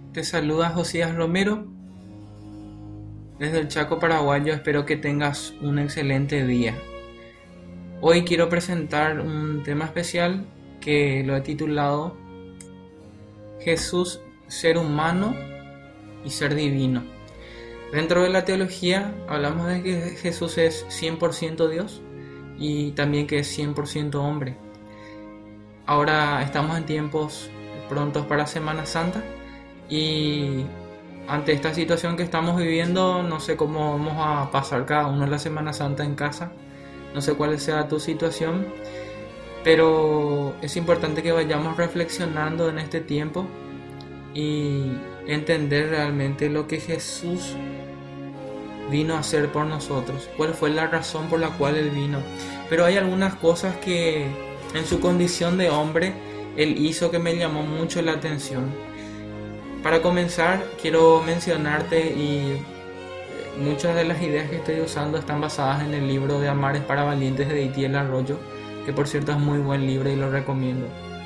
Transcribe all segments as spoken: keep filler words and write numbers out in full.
Te saluda Josías Romero desde el Chaco paraguayo. Espero que tengas un excelente día. Hoy quiero presentar un tema especial que lo he titulado Jesús, ser humano y ser divino. Dentro de la teología hablamos de que Jesús es cien por ciento Dios y también que es cien por ciento hombre. Ahora estamos en tiempos prontos para Semana Santa y ante esta situación que estamos viviendo, no sé cómo vamos a pasar cada uno la Semana Santa en casa. No sé cuál sea tu situación, pero es importante que vayamos reflexionando en este tiempo y entender realmente lo que Jesús vino a hacer por nosotros, cuál fue la razón por la cual Él vino. Pero hay algunas cosas que en su condición de hombre Él hizo que me llamó mucho la atención. Para comenzar, quiero mencionarte, y muchas de las ideas que estoy usando están basadas en el libro de Amar es para valientes de Itiel Arroyo, que por cierto es muy buen libro y lo recomiendo.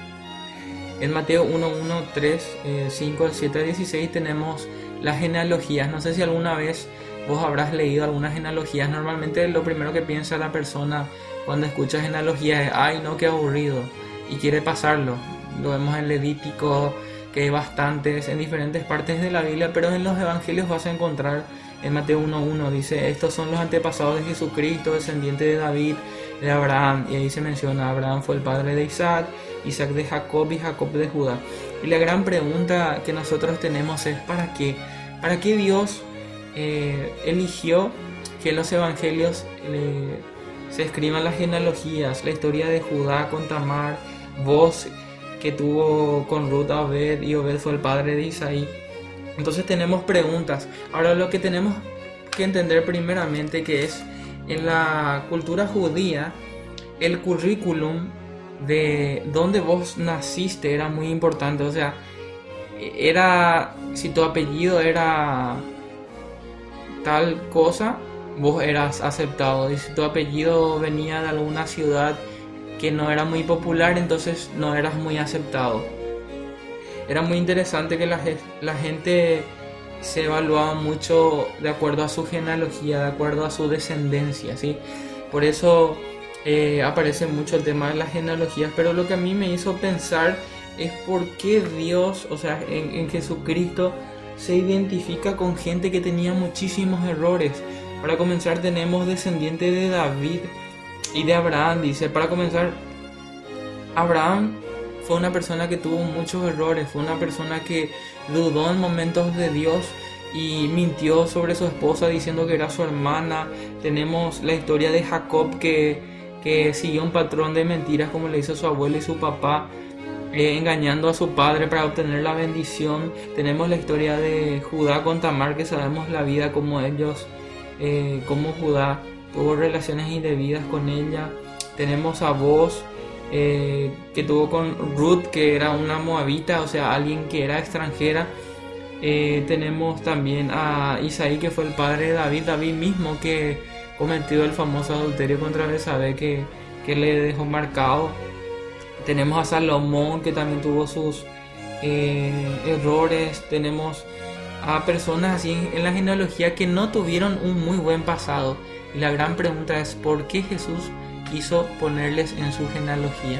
En Mateo uno, uno, tres, cinco, siete a dieciséis tenemos las genealogías. No sé si alguna vez vos habrás leído algunas genealogías. Normalmente lo primero que piensa la persona cuando escucha genealogías es ay no, qué aburrido, y quiere pasarlo. Lo vemos en Levítico, que hay bastantes en diferentes partes de la Biblia, pero en los evangelios vas a encontrar en Mateo uno, uno, dice estos son los antepasados de Jesucristo, descendiente de David, de Abraham, y ahí se menciona Abraham fue el padre de Isaac, Isaac de Jacob y Jacob de Judá. Y la gran pregunta que nosotros tenemos es ¿para qué? ¿Para qué Dios eh, eligió que en los evangelios eh, se escriban las genealogías, la historia de Judá con Tamar, Boz que tuvo con Ruth a Obed, y Obed fue el padre de Isaí? Entonces tenemos preguntas. Ahora lo que tenemos que entender primeramente que es en la cultura judía el currículum de dónde vos naciste era muy importante. O sea, era si tu apellido era tal cosa, vos eras aceptado, y si tu apellido venía de alguna ciudad que no era muy popular, entonces no eras muy aceptado. Era muy interesante que la, la gente se evaluaba mucho de acuerdo a su genealogía, de acuerdo a su descendencia, ¿sí? Por eso eh, aparece mucho el tema de las genealogías. Pero lo que a mí me hizo pensar es por qué Dios, o sea, en, en Jesucristo se identifica con gente que tenía muchísimos errores. Para comenzar, tenemos descendiente de David y de Abraham. Dice, para comenzar, Abraham fue una persona que tuvo muchos errores, fue una persona que dudó en momentos de Dios y mintió sobre su esposa diciendo que era su hermana. Tenemos la historia de Jacob que, que siguió un patrón de mentiras como le hizo su abuelo y su papá, eh, engañando a su padre para obtener la bendición. Tenemos la historia de Judá con Tamar, que sabemos la vida como ellos, eh, como Judá tuvo relaciones indebidas con ella. Tenemos a Boz, eh, que tuvo con Ruth, que era una moabita, o sea, alguien que era extranjera. Eh, tenemos también a Isaí, que fue el padre de David, David mismo que cometió el famoso adulterio contra Betsabé, que, que le dejó marcado. Tenemos a Salomón, que también tuvo sus eh, errores. Tenemos a personas así en la genealogía que no tuvieron un muy buen pasado. Y la gran pregunta es ¿por qué Jesús quiso ponerles en su genealogía?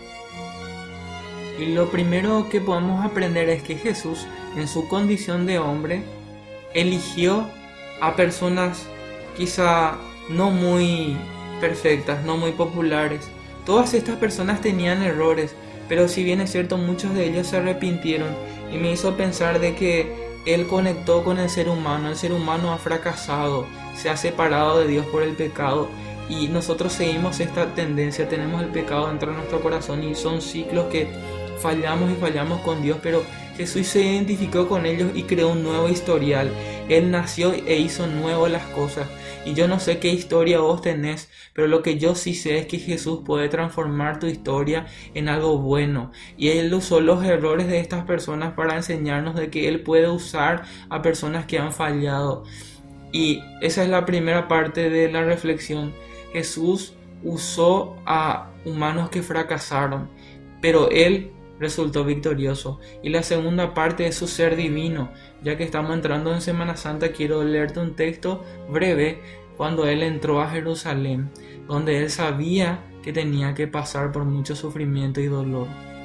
Y lo primero que podemos aprender es que Jesús, en su condición de hombre, eligió a personas quizá no muy perfectas, no muy populares. Todas estas personas tenían errores, pero si bien es cierto, muchos de ellos se arrepintieron, y me hizo pensar de que Él conectó con el ser humano. El ser humano ha fracasado, se ha separado de Dios por el pecado, y nosotros seguimos esta tendencia. Tenemos el pecado dentro de nuestro corazón y son ciclos que fallamos y fallamos con Dios, pero Jesús se identificó con ellos y creó un nuevo historial. Él nació e hizo nuevo las cosas. Y yo no sé qué historia vos tenés, pero lo que yo sí sé es que Jesús puede transformar tu historia en algo bueno. Y Él usó los errores de estas personas para enseñarnos de que Él puede usar a personas que han fallado. Y esa es la primera parte de la reflexión. Jesús usó a humanos que fracasaron, pero Él resultó victorioso. Y la segunda parte es su ser divino. Ya que estamos entrando en Semana Santa, quiero leerte un texto breve cuando él entró a Jerusalén, donde él sabía que tenía que pasar por mucho sufrimiento y dolor.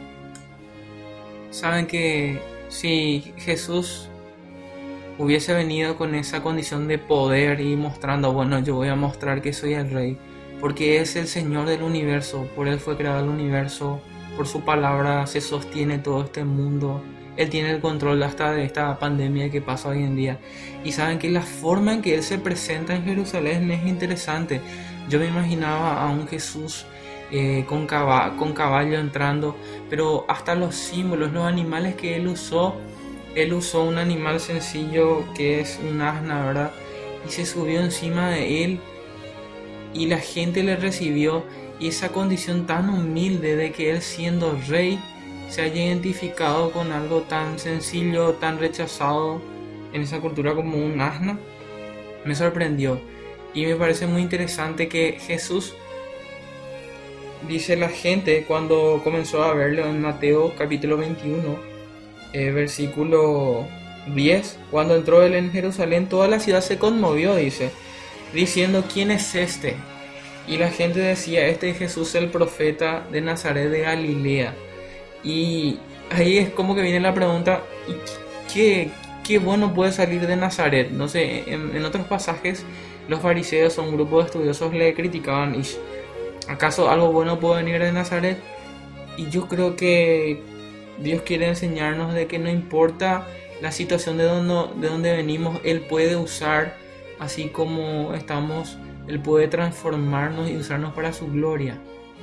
Saben que si Jesús hubiese venido con esa condición de poder y mostrando, bueno, yo voy a mostrar que soy el rey, porque es el Señor del universo, por Él fue creado el universo, por su palabra se sostiene todo este mundo, Él tiene el control hasta de esta pandemia que pasa hoy en día. Y saben que la forma en que Él se presenta en Jerusalén es interesante. Yo me imaginaba a un Jesús eh, con, cab- con caballo entrando, pero hasta los símbolos, los animales que Él usó, Él usó un animal sencillo que es un asna, ¿verdad? Y se subió encima de Él y la gente le recibió. Y esa condición tan humilde de que Él, siendo rey, se haya identificado con algo tan sencillo, tan rechazado en esa cultura como un asna, me sorprendió. Y me parece muy interesante que Jesús, dice la gente cuando comenzó a verlo en Mateo capítulo veintiuno, eh, versículo diez, cuando entró Él en Jerusalén, toda la ciudad se conmovió, dice, diciendo: ¿quién es este? Y la gente decía: este es Jesús, el profeta de Nazaret de Galilea. Y ahí es como que viene la pregunta: ¿y qué, qué bueno puede salir de Nazaret? No sé, en, en otros pasajes los fariseos o un grupo de estudiosos le criticaban: ¿acaso algo bueno puede venir de Nazaret? Y yo creo que Dios quiere enseñarnos de que no importa la situación de donde, de donde venimos, Él puede usar, así como estamos, Él puede transformarnos y usarnos para su gloria.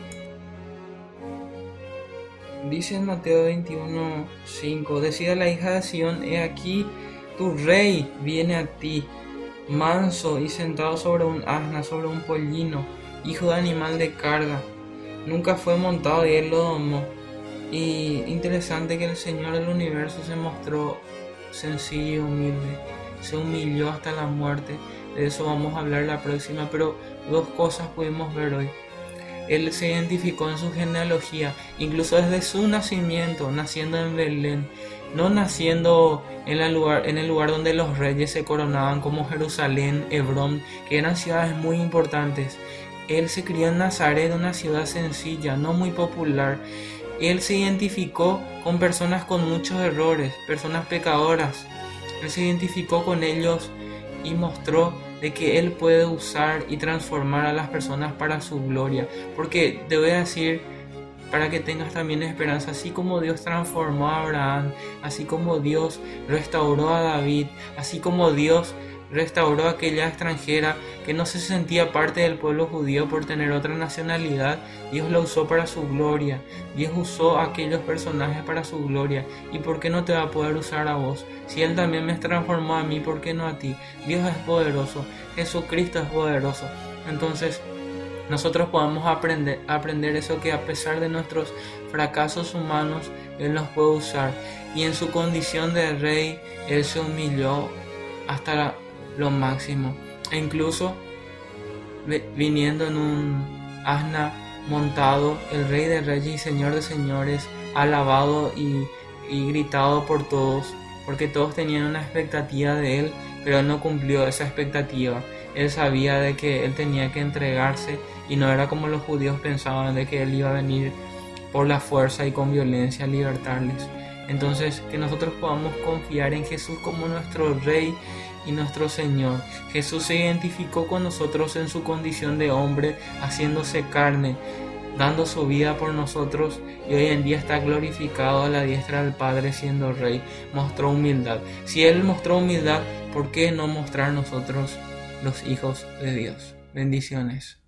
Dice en Mateo veintiuno cinco: decía la hija de Sión: he aquí tu rey viene a ti, manso y sentado sobre un asna, sobre un pollino, hijo de animal de carga. Nunca fue montado y Él lo domó. Y interesante que el Señor del universo se mostró sencillo y humilde, se humilló hasta la muerte. De eso vamos a hablar la próxima, pero dos cosas pudimos ver hoy. Él se identificó en su genealogía, incluso desde su nacimiento, naciendo en Belén, no naciendo en el lugar, en el lugar donde los reyes se coronaban, como Jerusalén, Hebrón, que eran ciudades muy importantes. Él se crió en Nazaret, una ciudad sencilla, no muy popular. Él se identificó con personas con muchos errores, personas pecadoras. Él se identificó con ellos y mostró de que Él puede usar y transformar a las personas para su gloria. Porque te voy a decir, para que tengas también esperanza, así como Dios transformó a Abraham, así como Dios restauró a David, así como Dios restauró a aquella extranjera que no se sentía parte del pueblo judío por tener otra nacionalidad, Dios la usó para su gloria. Dios usó a aquellos personajes para su gloria. ¿Y por qué no te va a poder usar a vos? Si Él también me transformó a mí, ¿por qué no a ti? Dios es poderoso, Jesucristo es poderoso. Entonces nosotros podemos aprender, aprender eso, que a pesar de nuestros fracasos humanos, Él nos puede usar. Y en su condición de rey, Él se humilló hasta la lo máximo, e incluso viniendo en un asna montado, el Rey de Reyes y Señor de Señores, alabado y, y gritado por todos, porque todos tenían una expectativa de Él, pero Él no cumplió esa expectativa. Él sabía de que Él tenía que entregarse, y no era como los judíos pensaban, de que Él iba a venir por la fuerza y con violencia a libertarles. Entonces, que nosotros podamos confiar en Jesús como nuestro Rey y nuestro Señor. Jesús se identificó con nosotros en su condición de hombre, haciéndose carne, dando su vida por nosotros, y hoy en día está glorificado a la diestra del Padre siendo Rey. Mostró humildad. Si Él mostró humildad, ¿por qué no mostrar nosotros, los hijos de Dios? Bendiciones.